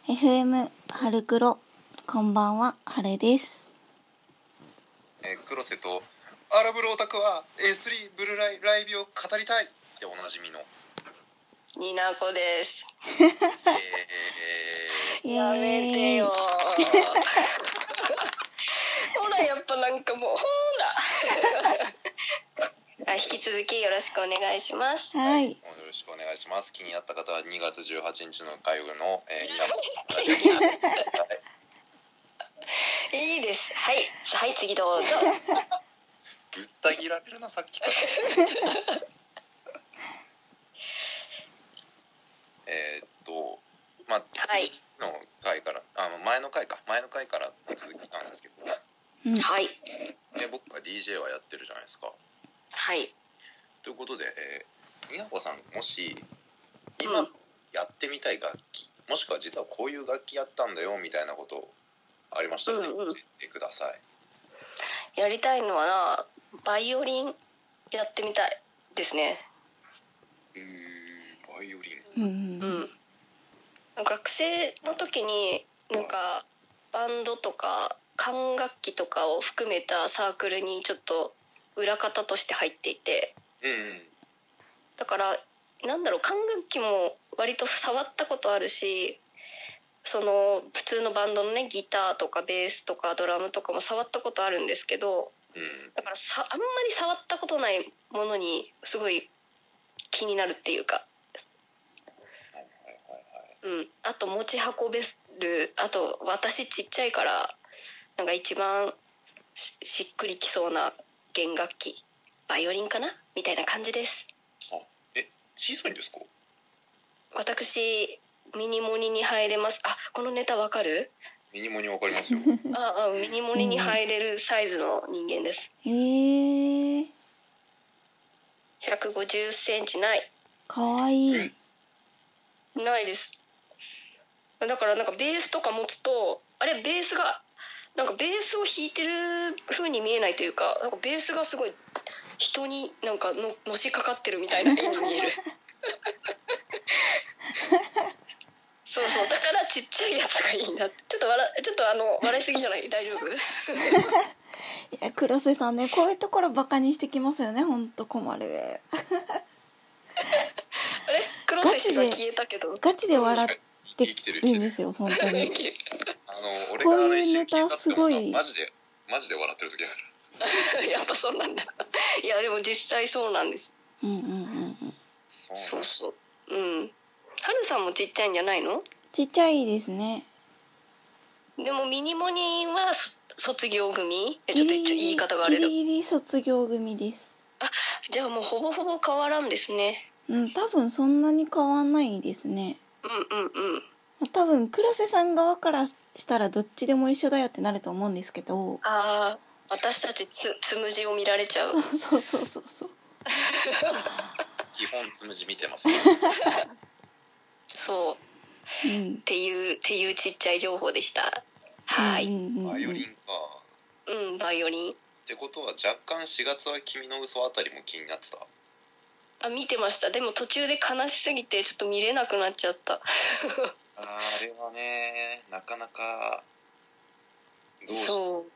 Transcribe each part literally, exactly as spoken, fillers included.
エフエム 春黒、こんばんは、晴れです。 えー、黒瀬とアラブルオタクは エースリー ブルーライライビを語りたいでおなじみのになこです。 えー、やめてよほらやっぱなんかもうほら引き続きよろしくお願いします。 はい、 よろしくお願いします。気になった方はにがつじゅうはちにちの火曜の、えー、 いいです。はいはい次どうぞ。 ぶった切られるなさっきからえっとまあ次の回から、あの前の回か前の回からの続きなんですけど、 うん、はい、 ね、僕が ディージェー はやってるじゃないですか。 はいということで、えー、みなこさんもし今やってみたい楽器、うん、もしくは実はこういう楽器やったんだよみたいなことありましたら、ぜひ教えてください。 やりたいのはな、バイオリンやってみたいですね。 えー、バイオリン、うんうん、 学生の時になんかバンドとか管楽器とかを含めたサークルにちょっと裏方として入っていて、 うん、 だからなんだろう、管楽器も割と触ったことあるし、その普通のバンドのね、ギターとかベースとかドラムとかも触ったことあるんですけど、 うん、 だからさあんまり触ったことないものにすごい気になるっていうか、うん、あと持ち運べる、あと私ちっちゃいからなんか一番 し, しっくりきそうな弦楽器バイオリンかなみたいな感じです。 あ、え、小さいんですか？ 私ミニモニに入れます。あ、このネタわかる？ ミニモニわかりますよああ、ミニモニに入れるサイズの人間です。 へえー、 ひゃくごじゅっセンチない。 かわいい。 ないです。だからなんかベースとか持つと、あれベースがなんかベースを弾いてる風に見えないというか、なんかベースがすごい人になんかののしかかってるみたいな絵に見えるそうそう、だからちっちゃいやつがいいな。ちょっと笑ちょっとあの笑いすぎじゃない？大丈夫？いや、黒瀬さんね、こういうところバカにしてきますよね。ほんと困る。あれ、 黒瀬氏が消えたけどガチで笑ってるんですよ、本当に。 あの俺こういうネタすごいマジでマジで笑ってる時だからやっぱそうなんだ。いやでも実際そうなんです。 うんうんうんうん。 そうそう。うん。はるさんもちっちゃいんじゃないの？ ちっちゃいですね。 でもミニモニは卒業組？え、ちょっと言い方があれだ。 ギリギリ卒業組です。 あ、じゃあもうほぼほぼ変わらんですね。 うん、多分そんなに変わんないですね。 うんうんうん。 多分黒瀬さん側からしたらどっちでも一緒だよってなると思うんですけど。 ああ、私たちつつむじを見られちゃう。 そうそうそうそうそう基本つむじ見てます、ね、 そう、うん、っていうっていうちっちゃい情報でした。はい、 うんうんうん、バイオリンか。 うんバイオリンってことは若干しがつは君の嘘あたりも気になってた？ あ、見てました。でも途中で悲しすぎてちょっと見れなくなっちゃったああれはね、なかなかどうして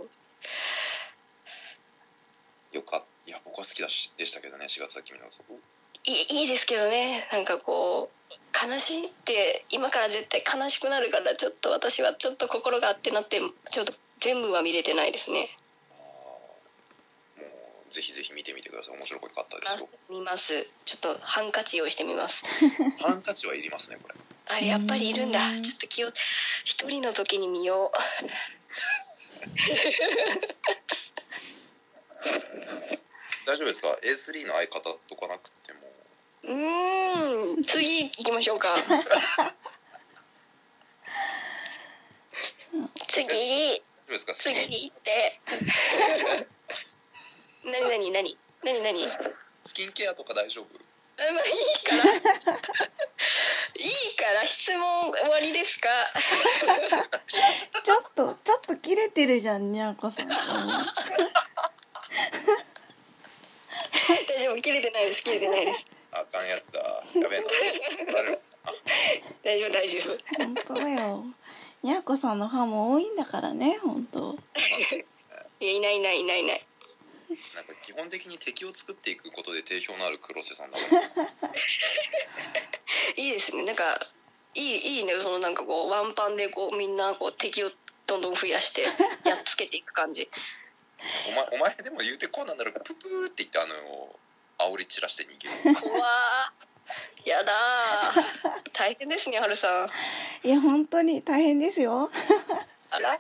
そうよかった。いや僕は好きだしでしたけどね、しがつは君の嘘。 いいいいですけどね、なんかこう悲しいって今から絶対悲しくなるから、ちょっと私はちょっと心があってなってちょっと全部は見れてないですね。 もうぜひぜひ見てみてください。面白かったですよ。 見ます。ちょっとハンカチ用意してみますハンカチはいりますねこれ。 あれやっぱりいるんだ。ちょっと気を一人の時に見よう大丈夫ですか？ エースリー の相方とかなくても。 うーん、次行きましょうか次次行って何何何何何スキンケアとか大丈夫？ あ、まあいいからいいから質問終わりですかちょっとちょっと切れてるじゃん、にゃんこさん大丈夫、切れてないです切れてないです。 あかんやつだ。やべえな。 大丈夫大丈夫。 本当だよ。 にゃーこさんのファンも多いんだからね、本当。 いやいないいないいないいない。 なんか基本的に敵を作っていくことで定評のある黒瀬さんだからいいですね。なんかいいいいね。そのなんかこうワンパンでこうみんなこう敵をどんどん増やしてやっつけていく感じ。 お前お前でも言うてこうなんだろう、ププーって言ってあの煽り散らして逃げる。 怖ー、やだー、大変ですね、はるさん。 いや本当に大変ですよ。 あら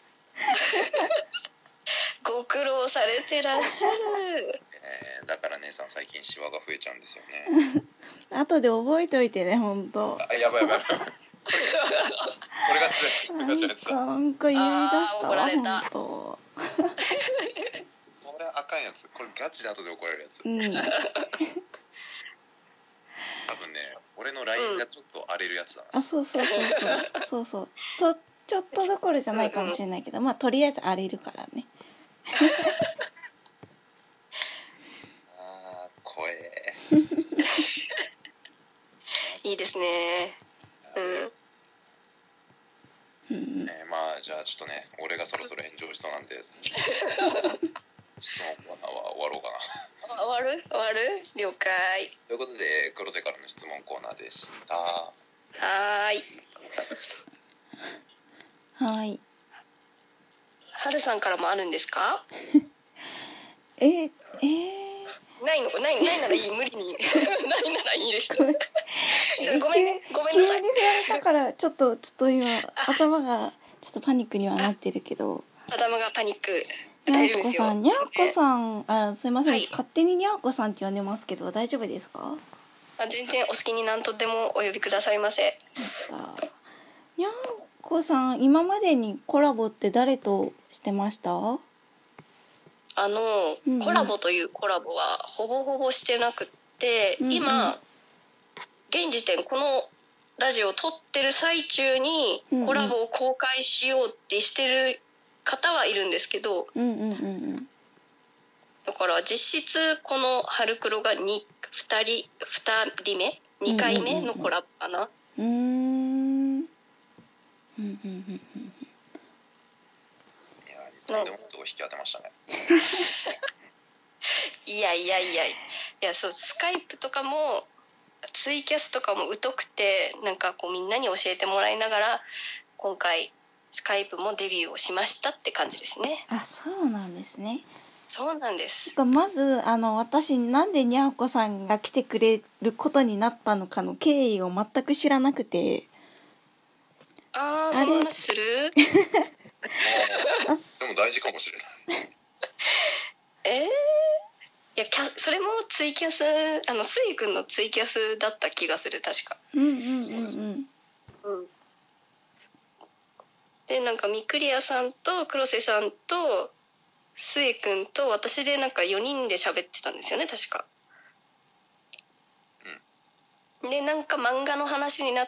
ご苦労されてらっしゃる。 えー、だから姉さん最近シワが増えちゃうんですよね。 後で覚えておいてね、本当。 あ、やばいやばいやばいこれがつらい、これがつらいやつだ。 なんか言い出したわ、 あー怒られた本当。 これあかんやつ、これガチで後で怒られるやつ。 うん。 多分ね、俺の ライン がちょっと荒れるやつだな。 あ、そうそうそうそうそうそう。とちょっとどころじゃないかもしれないけど、まあとりあえず荒れるからね。 あー怖えいいですね。うん。 うん、 えー、まあじゃあちょっとね、俺がそろそろ炎上しそうなんで質問コーナーは終わろうかな。 終わる終わる了解。 ということで黒瀬からの質問コーナーでした。 はーい。 はい。 はるさんからもあるんですか？ えー、えー、 ないの？ないないならいい、無理にないならいいです。 ごめんごめんね、ごめんなさい。 急に振られたからちょっとちょっと今頭がちょっとパニックにはなってるけど。 頭がパニック。 にゃーこさん、にゃーこん。 さん、あ、すいません、 はい、 勝手ににゃーこさんって呼んでますけど大丈夫ですか？ あ、全然お好きに何とでもお呼びくださいませ。 にゃーこさん、今までにコラボって誰としてました？ あの、 うんうん、 コラボというコラボはほぼほぼしてなくって、うんうん、今現時点このラジオを撮ってる最中にコラボを公開しようってしてる方はいるんですけど、 うんうんうんうん、 だから実質この春黒が 2, 2人ふたりめにかいめのコラボかな。 うーん、うんうんうんうん、 いや、とんでもないとこ引き当てましたね。 いやいやいやいや、そう、スカイプとかもツイキャスとかも疎くて、なんかこうみんなに教えてもらいながら今回スカイプもデビューをしましたって感じですね。 あ、そうなんですね。 そうなんです。 まずあの私なんでにゃーこさんが来てくれることになったのかの経緯を全く知らなくて。 ああ、その話する？ でも大事かもしれない。えー、いや、それもツイキャス、あのスイ君のツイキャスだった気がする、確か。 うんうんうんうん。 うん。で、なんかミクリアさんと黒瀬さんとスイ君と私でなんかよにんで喋ってたんですよね、確か。うん。で、なんか漫画の話になって、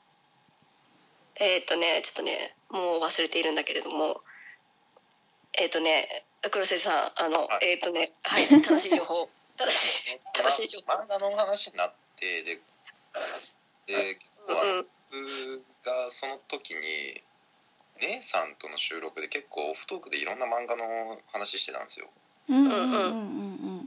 えっとね、ちょっとね、もう忘れているんだけれども、えっとね、黒瀬さん、あの、えっとね、はい、正しい情報。正しい、正しい情報。 漫画の話になって、で、で、結構あの、僕がその時に、姉さんとの収録で結構オフトークでいろんな漫画の話してたんですよ。 うんうんうんうん。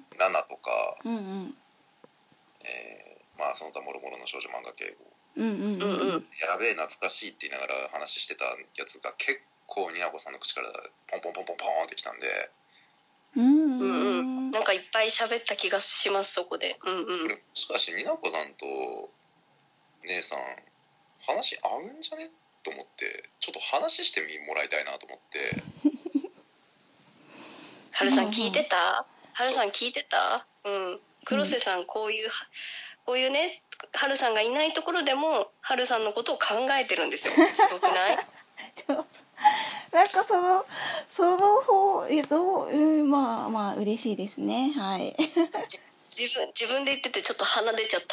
ナナとか、 うんうん、 えー、まあその他もろもろの少女漫画系を。 うんうんうんうん、 やべえ懐かしいって言いながら話してたやつが結構になこさんの口からポンポンポンポンポンってきたんで、 うんうんうん、なんかいっぱい喋った気がします、そこで。うんうん、 もしかしてになこさんと姉さん話合うんじゃねと思ってちょっと話してもらいたいなと思ってはるさん聞いてた？はるさん聞いてた？うん、黒瀬さんこういう、うん、こういうね、はるさんがいないところでもはるさんのことを考えてるんですよ。すごくない？ なんかそのその方えどう、うん、まあまあ嬉しいですね。はい。 自分自分で言っててちょっと鼻出ちゃった。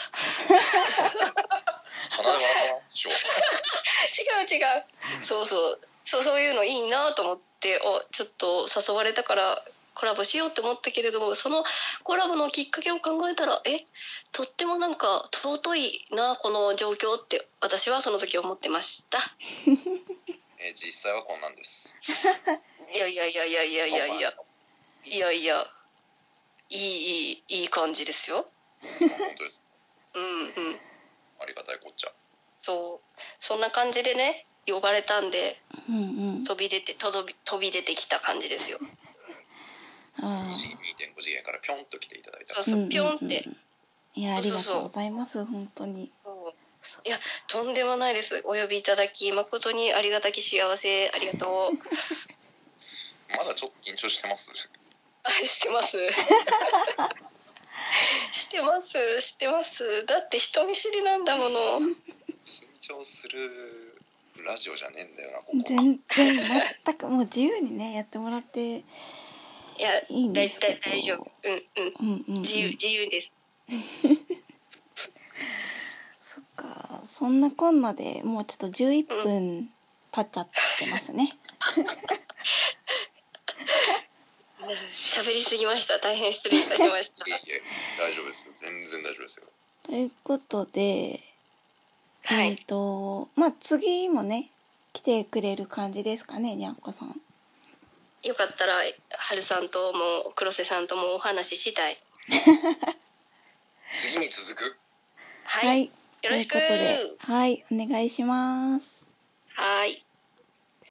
鼻で笑ったな。違う違う。そうそうそうそういうのいいなと思って、おちょっと誘われたからコラボしようって思ったけれども、そのコラボのきっかけを考えたら、えとってもなんか尊いなこの状況って私はその時思ってました。 えー実際はこんなんです。 いやいやいやいやいやいやいやいやいやいいいいいい感じですよ。 本当です。 うんうん。 ありがたいこっちゃ。 そうそんな感じでね呼ばれたんで、 うんうん、 飛び出て飛び飛び出てきた感じですよ。 あにてんご次元からピョンと来ていただいた。 そうそうピョンって、うんうんうん、 いやありがとうございます。本当にいやとんでもないです。お呼びいただき誠にありがたき幸せ、ありがとう。 まだちょっと緊張してます。 あしてますしてますしてます。だって人見知りなんだもの。 緊張するラジオじゃねえんだよなここ。 全然全くもう自由にねやってもらっていやいんですけど大丈夫、うんうん、 うんうんうん、 自由自由です。 そっか、そんなこんなでもうちょっとじゅういっぷん経っちゃってますね。 喋りすぎました。大変失礼いたしました。 いやいや大丈夫ですよ、全然大丈夫ですよ。 ということで、 はい、 えっとまあ次もね来てくれる感じですかね、にゃんこさん。 よかったらはるさんとも黒瀬さんともお話ししたい。 次に続く。 はい、 はい、 よろしく。 ということで、はい、お願いします。 はい。